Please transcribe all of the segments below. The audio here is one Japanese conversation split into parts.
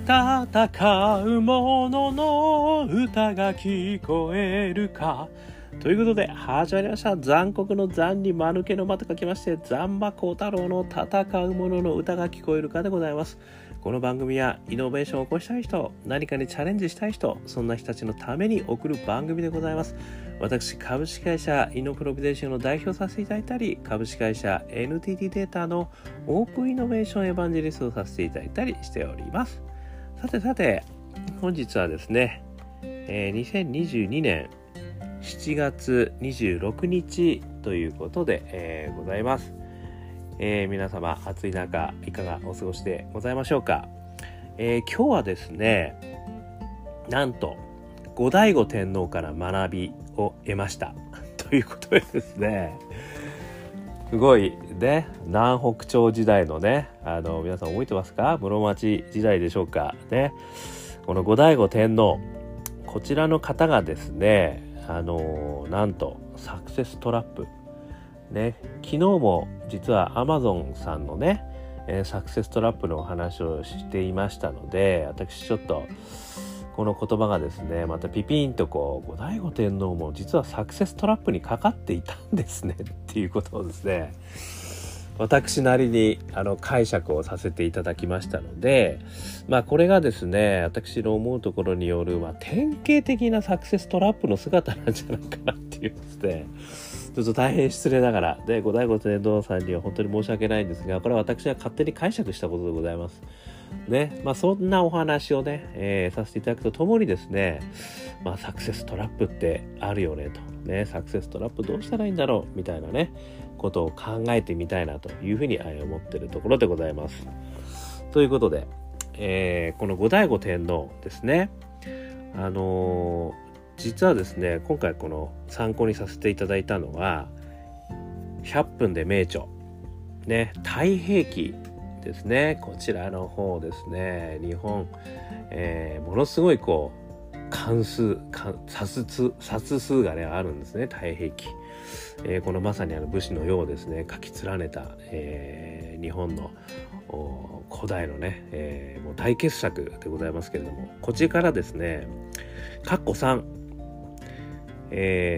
戦う者の歌が聞こえるか。ということで始まりました。残酷の残に間抜けの間と書きまして、残馬高太郎の戦う者の歌が聞こえるかでございます。この番組はイノベーションを起こしたい人、何かにチャレンジしたい人、そんな人たちのために送る番組でございます。私、株式会社イノプロビデーションの代表させていただいたり、株式会社 NTT データのオープンイノベーションエヴァンジェリストをさせていただいたりしております。さて、本日はですね、2022年7月26日ということで、ございます。皆様暑い中いかがお過ごしでございましょうか。今日はですね、なんと後醍醐天皇から学びを得ましたということでですね、すごいね、南北朝時代のね、皆さん覚えてますか？室町時代でしょうかね。この後醍醐天皇、こちらの方がですね、なんとサクセストラップね、昨日も実は Amazon さんのね、サクセストラップのお話をしていましたので、私ちょっとこの言葉がですね、またピピンと後醍醐天皇も実はサクセストラップにかかっていたんですねっていうことをですね、私なりに解釈をさせていただきましたので、これがですね、私の思うところによる、典型的なサクセストラップの姿なんじゃないかなっていうですね、ちょっと大変失礼ながらで、後醍醐天皇さんには本当に申し訳ないんですが、これは私は勝手に解釈したことでございますね。そんなお話をね、させていただくとともにですね、サクセストラップってあるよねとね、サクセストラップどうしたらいいんだろうみたいなねことを考えてみたいなというふうに思っているところでございます。ということで、この後醍醐天皇ですね、実はですね、今回この参考にさせていただいたのは100分で名著ね、太平記ですね。こちらの方ですね、日本、ものすごい冊数がねあるんですね、太平記。このまさに武士の世をですね書き連ねた、日本の古代のね、もう大傑作でございますけれども、こちらからですね括弧3、ちょっ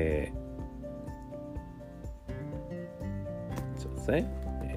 とですね、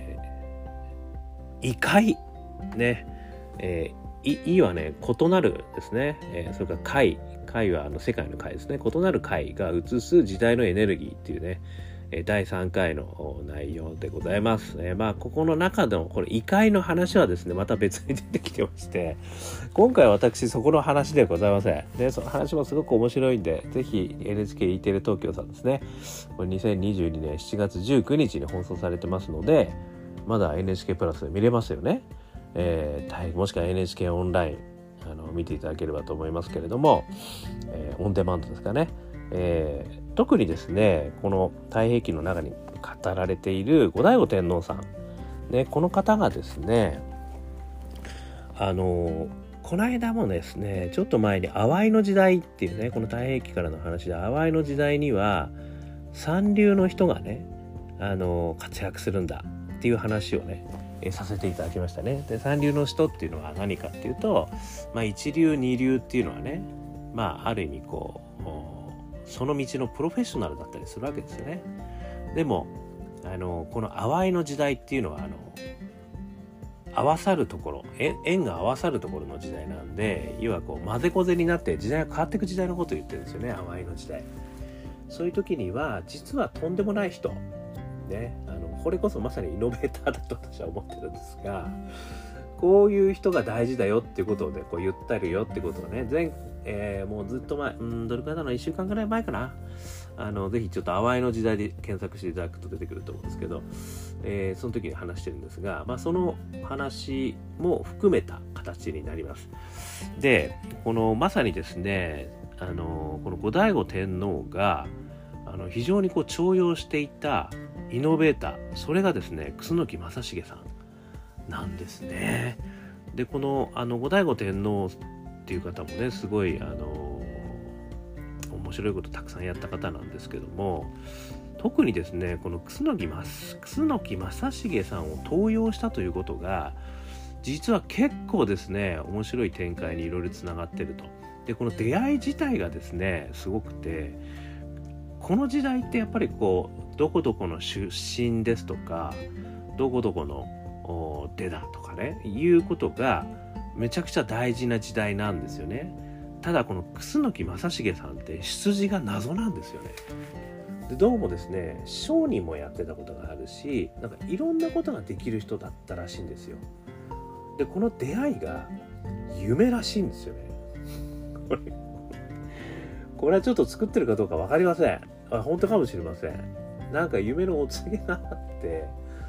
異界ね、異はね異なるですね、それから界は世界の界ですね、異なる界が映す時代のエネルギーっていうね、第3回の内容でございます。ここの中でのこれ異界の話はですね、また別に出てきてまして、今回私そこの話ではございません。で、その話もすごく面白いんで、ぜひ NHKE テレ東京さんですね、これ2022年7月19日に放送されてますので、まだ NHK プラスで見れますよね。もしくは NHK オンライン見ていただければと思いますけれども、オンデマンドですかね。特にですね、この太平記の中に語られている後醍醐天皇さん、ね、この方がですね、この間もですね、ちょっと前に淡いの時代っていうね、この太平記からの話で、淡いの時代には三流の人がね、活躍するんだっていう話をね、させていただきましたね。で、三流の人っていうのは何かっていうと、一流二流っていうのはね、ある意味その道のプロフェッショナルだったりするわけですよね。でもこの淡いの時代っていうのは合わさるところ、縁が合わさるところの時代なんで、要は混ぜこぜになって時代が変わっていく時代のことを言ってるんですよね、淡いの時代。そういう時には実はとんでもない人ね、これこそまさにイノベーターだと私は思ってるんですが、こういう人が大事だよっていうことをね言ったりよってことをね、もうずっと前、どれくらいだろう、1週間ぐらい前かな、ぜひちょっと淡いの時代で検索していただくと出てくると思うんですけど、その時に話してるんですが、その話も含めた形になります。で、まさにですね、この後醍醐天皇が非常に重用していたイノベーター、それがですね楠木正成さんなんですね。で、この後醍醐天皇っていう方もね、すごい面白いことたくさんやった方なんですけども、特にですねこの楠木正成さんを登用したということが実は結構ですね面白い展開にいろいろつながってると。でこの出会い自体がですねすごくて、この時代ってやっぱりこうどこどこの出身ですとかどこどこの出だとかねいうことがめちゃくちゃ大事な時代なんですよね。ただこの楠木正成さんって出自が謎なんですよね。でどうもですね商人もやってたことがあるし、なんかいろんなことができる人だったらしいんですよ。でこの出会いが夢らしいんですよね。これはちょっと作ってるかどうか分かりません。本当かもしれません。なんか夢のお告げがあって、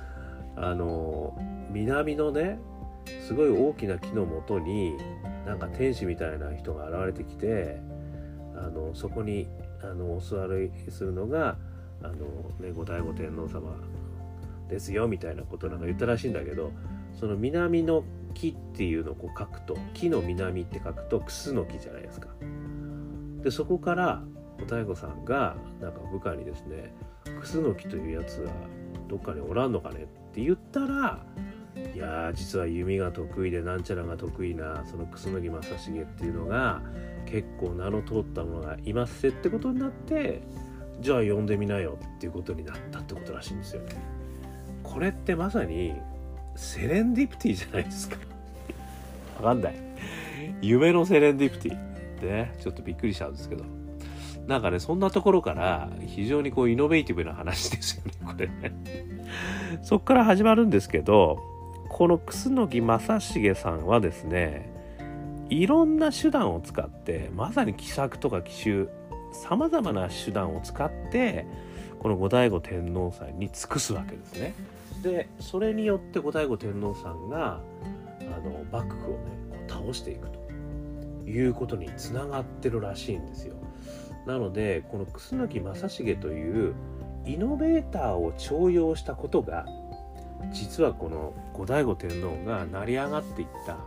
南のねすごい大きな木の下になんか天使みたいな人が現れてきて、そこにお座りするのが後醍醐天皇様ですよみたいなことなんか言ったらしいんだけど、その南の木っていうのをこう書くと、木の南って書くと楠木じゃないですか。でそこから後醍醐さんがなんか部下にですね、楠木というやつはどっかにおらんのかねって言ったら、いや実は弓が得意でなんちゃらが得意なその楠木正成っていうのが結構名の通ったものがいますせってことになって、じゃあ呼んでみなよっていうことになったってことらしいんですよね。これってまさにセレンディプティじゃないですか。わかんない。夢のセレンディプティでね、ちょっとびっくりしたんですけど、なんかねそんなところから非常にこうイノベーティブな話ですよねこれね。そっから始まるんですけど、この楠木正成さんはですね、いろんな手段を使って、まさに奇策とか奇襲、さまざまな手段を使ってこの後醍醐天皇さんに尽くすわけですね。でそれによって後醍醐天皇さんが幕府をねこう倒していくということにつながってるらしいんですよ。なのでこの楠木正成というイノベーターを重用したことが、実はこの後醍醐天皇が成り上がっていった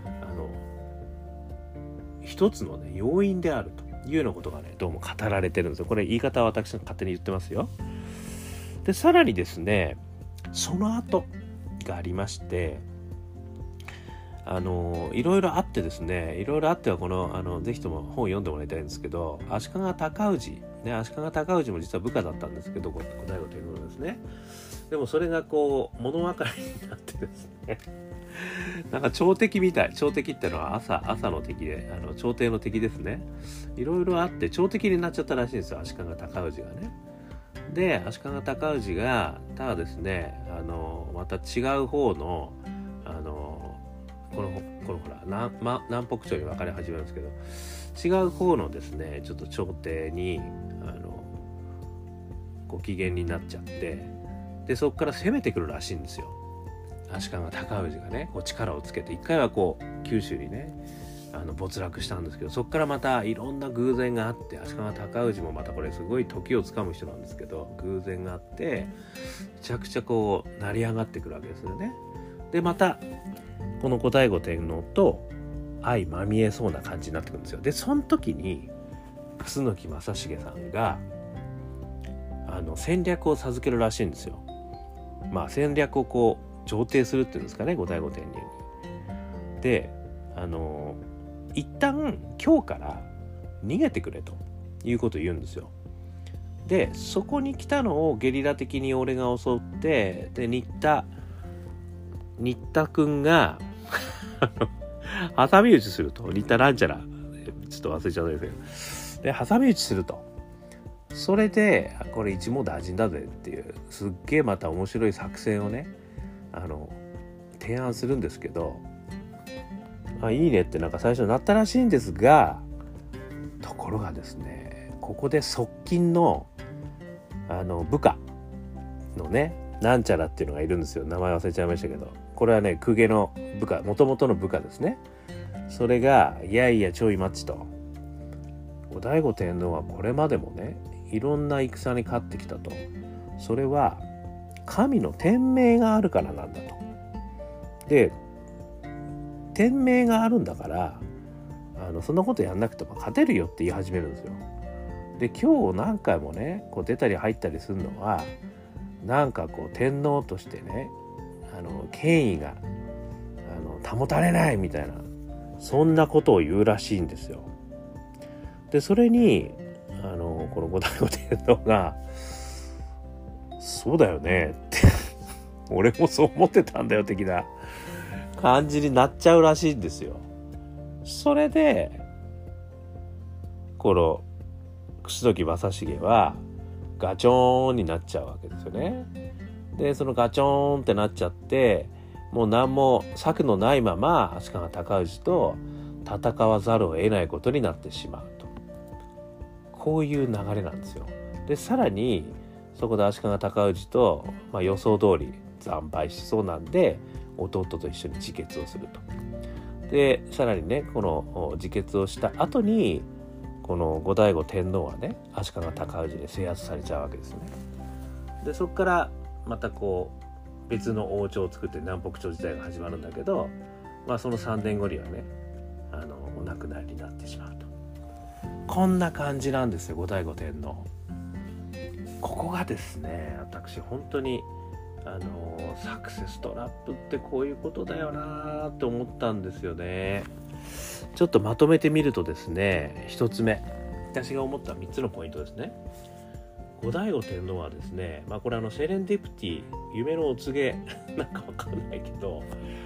一つのね要因であるというようなことがねどうも語られてるんですよ。これ言い方は私が勝手に言ってますよ。でさらにですねその後がありまして、いろいろあってですね、いろいろあってはこのぜひとも本を読んでもらいたいんですけど、足利尊氏ね、足利尊氏も実は部下だったんですけど、後醍醐天皇ですね。でもそれがこう物分かりになってですねなんか朝敵みたい、朝敵ってのは朝の敵で朝廷の敵ですね。いろいろあって朝敵になっちゃったらしいんですよ、足利尊氏がね。で足利尊氏がただですねまた違う方のこのほら南北朝に分かれ始めるんですけど、違う方のですねちょっと朝廷にご機嫌になっちゃって、でそこから攻めてくるらしいんですよ、足利尊氏がねこう力をつけて。一回はこう九州にね没落したんですけど、そこからまたいろんな偶然があって、足利尊氏もまたこれすごい時をつかむ人なんですけど、偶然があってめちゃくちゃこう成り上がってくるわけですよね。でまたこの後醍醐天皇と相まみえそうな感じになってくるんですよ。でその時に楠木正成さんが戦略を授けるらしいんですよ。まあ戦略をこう上呈するっていうんですかね、後醍醐天皇に。で一旦今日から逃げてくれということを言うんですよ。でそこに来たのをゲリラ的に俺が襲って、で新田くんが挟み撃ちすると、新田なんちゃらちょっと忘れちゃったんですけど、で挟み撃ちすると、それでこれ一網打尽だぜっていうすっげえまた面白い作戦をね提案するんですけど、いいねってなんか最初なったらしいんですが、ところがですねここで側近の部下のねなんちゃらっていうのがいるんですよ。名前忘れちゃいましたけど、これはね公家の部下、元々の部下ですね。それがいやいやちょい待ちと、後醍醐天皇はこれまでもねいろんな戦に勝ってきたと、それは神の天命があるからなんだと。で天命があるんだからそんなことやんなくても勝てるよって言い始めるんですよ。で今日何回もねこう出たり入ったりするのはなんかこう天皇としてね権威が保たれないみたいな、そんなことを言うらしいんですよ。でそれにこの後醍醐天皇がそうだよねって俺もそう思ってたんだよ的な感じになっちゃうらしいんですよ。それでこの楠木正成はガチョーンになっちゃうわけですよね。でそのガチョーンってなっちゃって、もう何も策のないまま足利尊氏と戦わざるを得ないことになってしまうと、こういう流れなんですよ。でさらにそこで足利尊氏と、予想通り惨敗しそうなんで弟と一緒に自決をすると。でさらにね、この自決をした後にこの後醍醐天皇はね、足利尊氏に制圧されちゃうわけですね。でそこからまたこう別の王朝を作って南北朝時代が始まるんだけど、その3年後にはねお亡くなりになってしまうと。こんな感じなんですよ、後醍醐天皇。ここがですね、私本当にサクセストラップってこういうことだよなと思ったんですよね。ちょっとまとめてみるとですね、1つ目、私が思った3つのポイントですね。後醍醐天皇はですね、これセレンディプティ、夢のお告げなんかわかんないけど、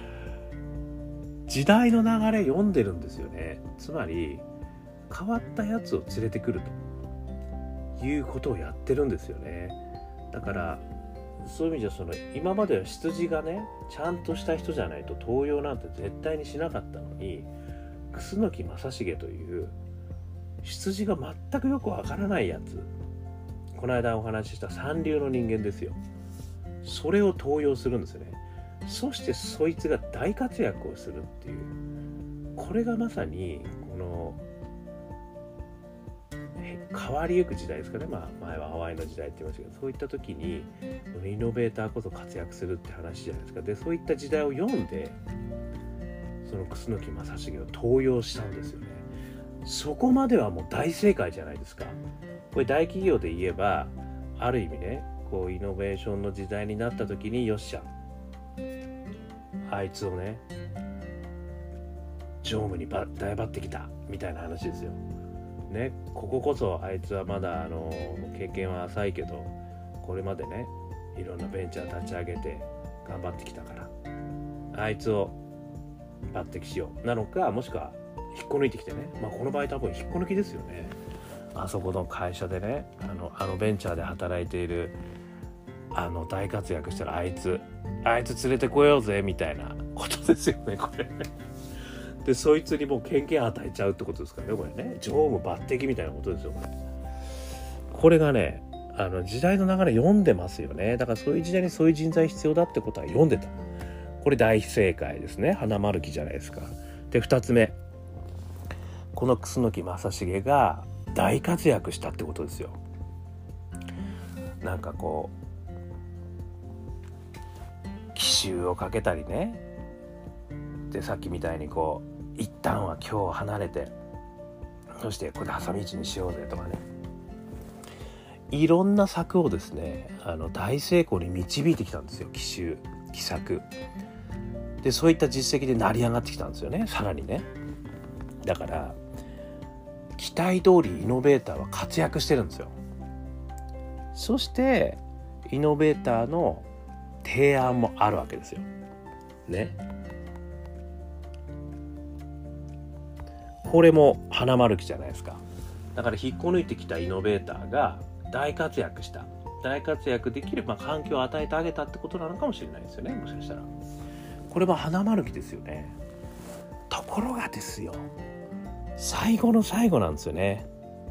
時代の流れ読んでるんですよね。つまり変わったやつを連れてくるということをやってるんですよね。だからそういう意味じゃ今までは出自がねちゃんとした人じゃないと登用なんて絶対にしなかったのに、楠木正成という出自が全くよくわからないやつ、この間お話しした三流の人間ですよ。それを登用するんですよね。そしてそいつが大活躍をするっていう、これがまさにこの変わりゆく時代ですかね。前は淡いの時代って言いましたけど、そういった時にイノベーターこそ活躍するって話じゃないですか。でそういった時代を読んでその楠木正成を登用したんですよね。そこまではもう大正解じゃないですか。これ大企業で言えばある意味ね、こうイノベーションの時代になった時によっしゃ、あいつをね常務に大抜擢だみたいな話ですよね。こここそあいつはまだ経験は浅いけど、これまでねいろんなベンチャー立ち上げて頑張ってきたから、あいつを抜擢しようなのか、もしくは引っこ抜いてきてね、この場合多分引っこ抜きですよね。あそこの会社でねベンチャーで働いている大活躍したらあいつ連れてこようぜみたいなことですよね、これでそいつにもう権限与えちゃうってことですからね、これね常務抜擢みたいなことですよ。これがね時代の流れ読んでますよね。だからそういう時代にそういう人材必要だってことは読んでた。これ大正解ですね。花丸記じゃないですか。で2つ目、この楠木正成が大活躍したってことですよ。なんかこう奇襲をかけたりね、でさっきみたいにこう一旦は今日離れて、そしてこれで挟み撃ちにしようぜとかね、いろんな策をですね大成功に導いてきたんですよ。奇策でそういった実績で成り上がってきたんですよね。さらにね、だから期待通りイノベーターは活躍してるんですよ。そしてイノベーターの提案もあるわけですよね。これも花丸記じゃないですか。だから引っこ抜いてきたイノベーターが大活躍した、大活躍できる環境を与えてあげたってことなのかもしれないですよね、もしかしたら。これも花丸記ですよね。ところがですよ、最後の最後なんですよね。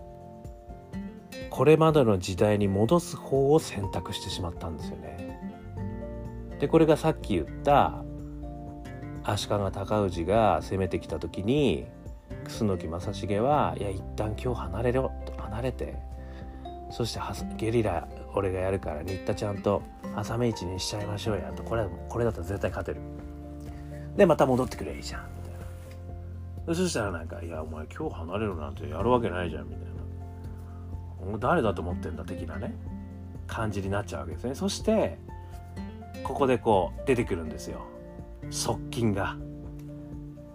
これまでの時代に戻す方を選択してしまったんですよね。でこれがさっき言った足利尊氏が攻めてきた時に楠木正成はいや一旦今日離れて、そしてゲリラ俺がやるから新田ちゃんと挟み撃ちにしちゃいましょうやと、これだったら絶対勝てる、でまた戻ってくれいいじゃんみたいな。そしたらなんかいやお前今日離れるなんてやるわけないじゃんみたいな、お前誰だと思ってんだ的なね感じになっちゃうわけですね。そしてここでこう出てくるんですよ、側近が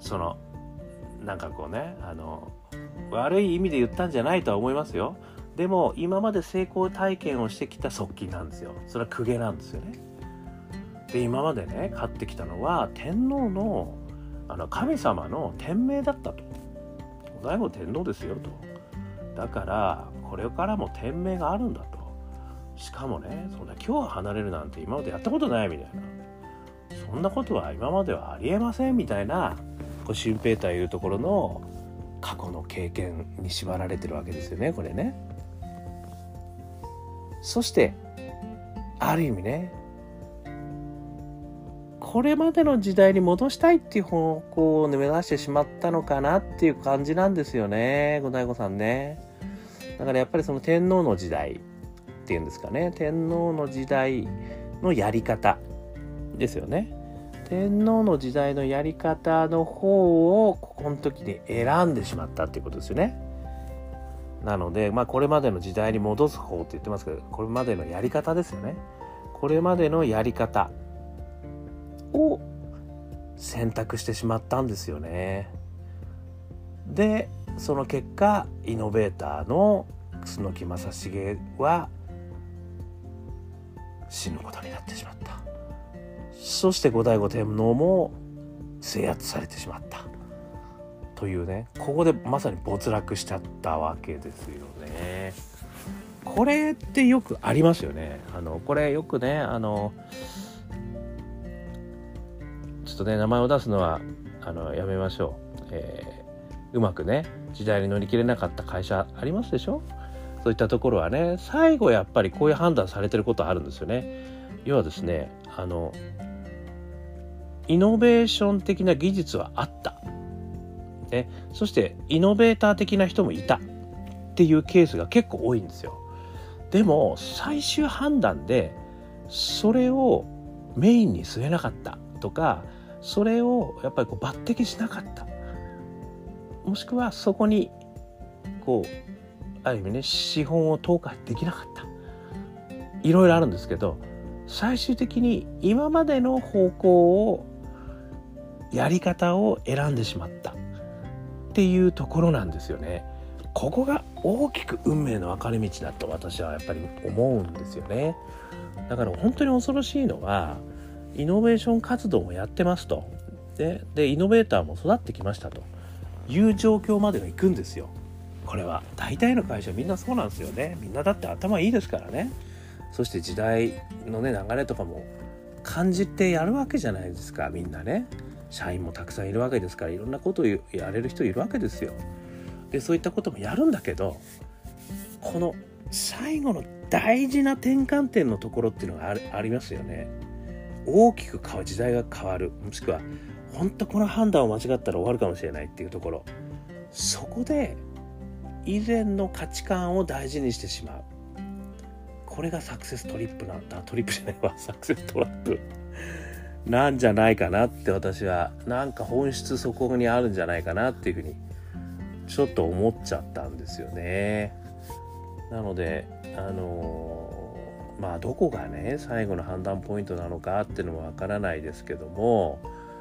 なんかこうね悪い意味で言ったんじゃないとは思いますよ。でも今まで成功体験をしてきた側近なんですよ。それは公家なんですよね。で今までね勝ってきたのは天皇の神様の天命だったと。後醍醐天皇ですよと。だからこれからも天命があるんだと。しかもねそんな今日離れるなんて今までやったことないみたいな、そんなことは今まではありえませんみたいな、シュンペーターいうところの過去の経験に縛られてるわけですよね、これね。そしてある意味ねこれまでの時代に戻したいっていう方向を目指してしまったのかなっていう感じなんですよね、後醍醐さんね。だからやっぱりその天皇の時代っていうんですかね、天皇の時代のやり方ですよね。天皇の時代のやり方の方をここの時に選んでしまったっていうことですよね。なのでこれまでの時代に戻す方って言ってますけど、これまでのやり方ですよね。これまでのやり方を選択してしまったんですよね。でその結果イノベーターの楠木正成は死ぬことになってしまった。そして後醍醐天皇も制圧されてしまったというね、ここでまさに没落しちゃったわけですよね。これってよくありますよね。これよくねちょっとね名前を出すのはやめましょう。うまくね時代に乗り切れなかった会社ありますでしょ。そういったところはね最後やっぱりこういう判断されてることあるんですよね。要はですねイノベーション的な技術はあった、ね、そしてイノベーター的な人もいたっていうケースが結構多いんですよ。でも最終判断でそれをメインに据えなかったとか、それをやっぱり抜擢しなかった、もしくはそこにある意味ね資本を投下できなかった、いろいろあるんですけど、最終的に今までの方向をやり方を選んでしまったっていうところなんですよね。ここが大きく運命の分かれ道だと私はやっぱり思うんですよね。だから本当に恐ろしいのはイノベーション活動もやってますと、でイノベーターも育ってきましたという状況までがいくんですよ。これは大体の会社みんなそうなんですよね。みんなだって頭いいですからね。そして時代のね流れとかも感じてやるわけじゃないですか。みんなね社員もたくさんいるわけですから、いろんなことをやれる人いるわけですよ。でそういったこともやるんだけど、この最後の大事な転換点のところっていうのがありますよね。大きく時代が変わる、もしくは本当この判断を間違ったら終わるかもしれないっていうところ、そこで以前の価値観を大事にしてしまう、これがサクセストリップなんだ、トリップじゃないわ、サクセストラップなんじゃないかなって、私はなんか本質そこにあるんじゃないかなっていうふうにちょっと思っちゃったんですよね。なのでどこがね最後の判断ポイントなのかっていうのもわからないですけども、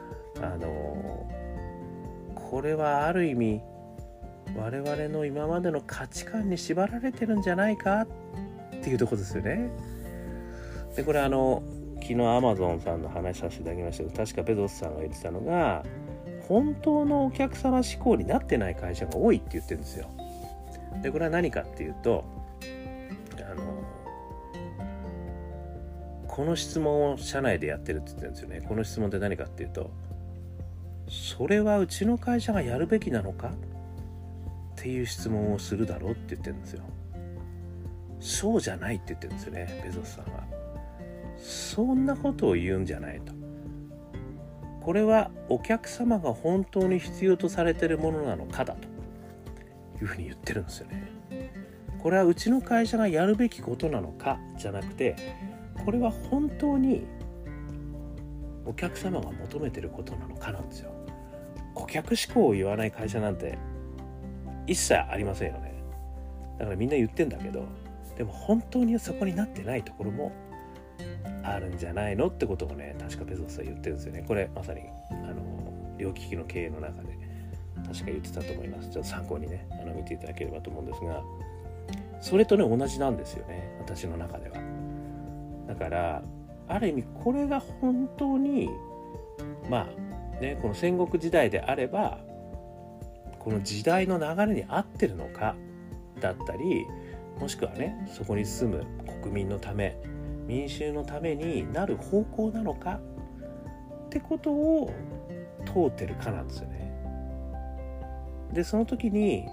これはある意味我々の今までの価値観に縛られてるんじゃないかっていうところですよね。でこれ昨日アマゾンさんの話させていただきましたけど、確かベゾスさんが言ってたのが、本当のお客様志向になってない会社が多いって言ってるんですよ。でこれは何かっていうと、この質問を社内でやってるって言ってるんですよね。この質問って何かっていうと、それはうちの会社がやるべきなのかっていう質問をするだろうって言ってるんですよ。そうじゃないって言ってるんですよね、ベゾスさんは。そんなことを言うんじゃないと。これはお客様が本当に必要とされているものなのかだというふうに言ってるんですよね。これはうちの会社がやるべきことなのかじゃなくて、これは本当にお客様が求めていることなのかなんですよ。顧客志向を言わない会社なんて一切ありませんよね。だからみんな言ってんだけど、でも本当にそこになってないところもあるんじゃないのってことをね、確かベゾスは言ってるんですよね。これまさに両利きの経営の中で確か言ってたと思います。ちょっと参考にね見ていただければと思うんですが、それとね同じなんですよね、私の中では。だからある意味これが本当にこの戦国時代であればこの時代の流れに合ってるのかだったり、もしくはねそこに住む国民のため民衆のためになる方向なのかってことを問うてるかなんですよね。でその時に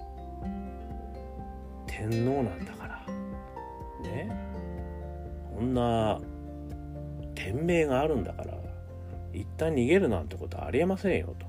天皇なんだからね、こんな天命があるんだから一旦逃げるなんてことはありえませんよと。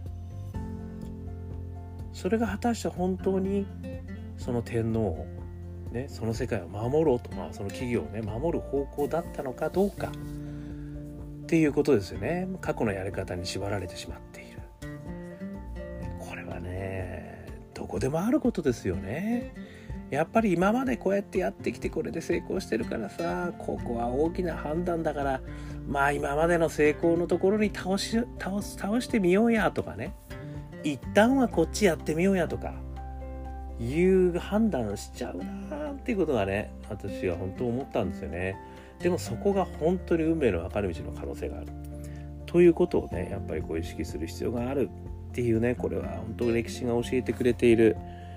それが果たして本当にその天皇をね、その世界を守ろうと、その企業をね守る方向だったのかどうかっていうことですよね。過去のやり方に縛られてしまっている。これはねどこでもあることですよね。やっぱり今までこうやってやってきてこれで成功してるからさ、ここは大きな判断だから今までの成功のところに倒してみようやとかね、一旦はこっちやってみようやとかいう判断しちゃうなっていうことがね私は本当思ったんですよね。でもそこが本当に運命の分かれ道の可能性があるということをねやっぱり意識する必要があるっていうね、これは本当に歴史が教えてくれている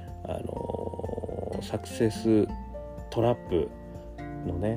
サクセストラップのね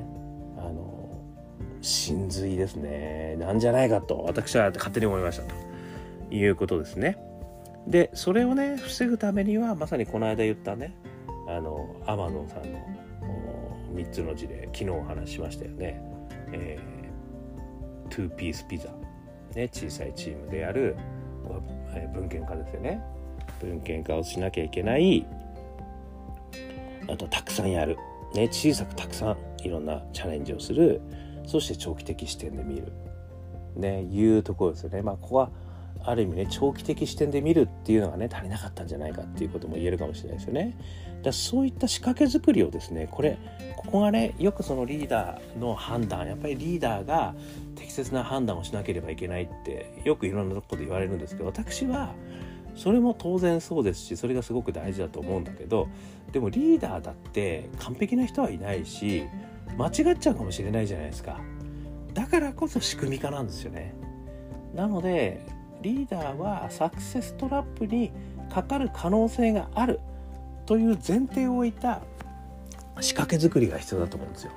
真髄ですね、なんじゃないかと私は勝手に思いましたということですね。でそれをね防ぐためにはまさにこの間言ったねアマゾンさんの3つの字で昨日お話ししましたよね。2ピースピザ、ね、小さいチームでやる文献化ですよね。文献化をしなきゃいけない、あとたくさんやる、ね、小さくたくさんいろんなチャレンジをする、そして長期的視点で見る、ね、いうところですよね。ここはある意味ね長期的視点で見るっていうのがね足りなかったんじゃないかっていうことも言えるかもしれないですよね。だそういった仕掛け作りをですね、ここがねよくそのリーダーの判断、やっぱりリーダーが適切な判断をしなければいけないってよくいろんなところで言われるんですけど、私はそれも当然そうですしそれがすごく大事だと思うんだけど、でもリーダーだって完璧な人はいないし間違っちゃうかもしれないじゃないですか。だからこそ仕組み化なんですよね。なのでリーダーはサクセストラップにかかる可能性があるという前提を置いた仕掛け作りが必要だと思うんですよ。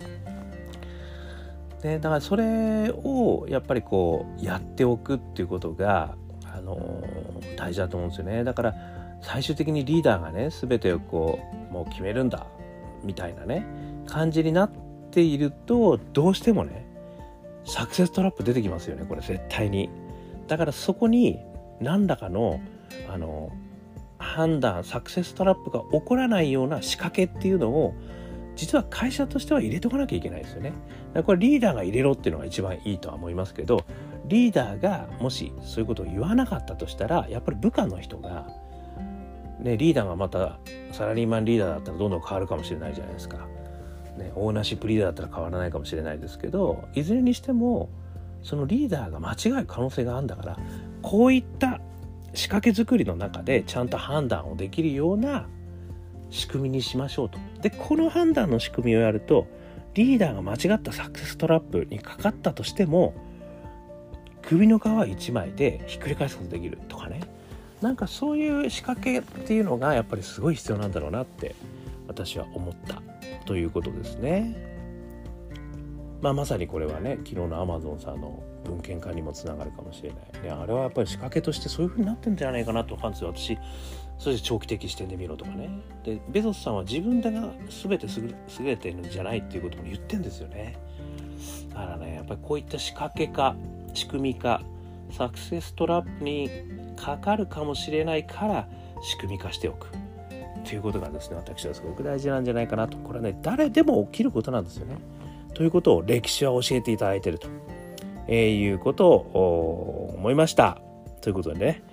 でだからそれをやっぱりやっておくっていうことが大事だと思うんですよね。だから最終的にリーダーがね全てをもう決めるんだみたいなね感じになっていると、どうしてもねサクセストラップ出てきますよね、これ絶対に。だからそこに何らかの判断、サクセストラップが起こらないような仕掛けっていうのを実は会社としては入れとかなきゃいけないですよね。だからこれリーダーが入れろっていうのが一番いいとは思いますけど、リーダーがもしそういうことを言わなかったとしたらやっぱり部下の人が、ね、リーダーがまたサラリーマンリーダーだったらどんどん変わるかもしれないじゃないですか、ね、オーナーシップリーダーだったら変わらないかもしれないですけど、いずれにしてもそのリーダーが間違う可能性があるんだから、こういった仕掛け作りの中でちゃんと判断をできるような仕組みにしましょうと。でこの判断の仕組みをやるとリーダーが間違ったサクセストラップにかかったとしても首の皮一枚でひっくり返すことできるとかね、なんかそういう仕掛けっていうのがやっぱりすごい必要なんだろうなって私は思ったということですね。まさにこれはね昨日の Amazon さんの文献化にもつながるかもしれない、ね、あれはやっぱり仕掛けとしてそういう風になってるんじゃないかなと思うんですよ、私。そして長期的視点で見ろとかね。でベゾスさんは自分が全て優れてるんじゃないっていうことも言ってるんですよね。だからねやっぱりこういった仕掛け化、仕組み化、サクセストラップにかかるかもしれないから仕組み化しておくということがですね、私はすごく大事なんじゃないかなと。これはね誰でも起きることなんですよね。ということを歴史は教えていただいていると、いうことを思いました。ということでね、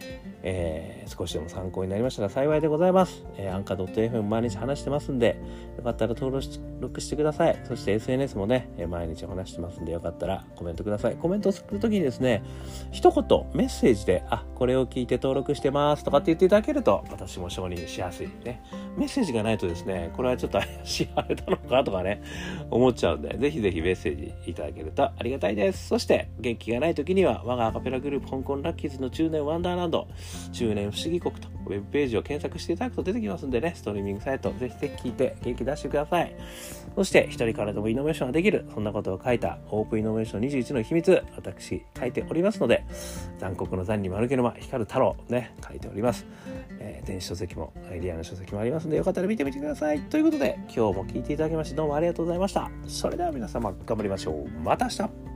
少しでも参考になりましたら幸いでございます。アンカー .fm 毎日話してますんで、よかったら登録してください。そして SNS もね、毎日話してますんで、よかったらコメントください。コメントするときにですね、一言メッセージで、これを聞いて登録してますとかって言っていただけると、私も承認しやすいね。メッセージがないとですね、これはちょっと怪しいあれなのかとかね、思っちゃうんで、ぜひぜひメッセージいただけるとありがたいです。そして、元気がないときには、我がアカペラグループ、香港ラッキーズの中年ワンダーランド、中年不思議国とウェブページを検索していただくと出てきますんでね、ストリーミングサイトぜひぜひ聞いて元気出してください。そして一人からでもイノベーションができる、そんなことを書いたオープンイノベーション21の秘密、私書いておりますので、残酷の残に丸けの間光る太郎ね、書いております。電子書籍もリアル書籍もありますので、よかったら見てみてください。ということで今日も聞いていただきましてどうもありがとうございました。それでは皆様頑張りましょう。また明日。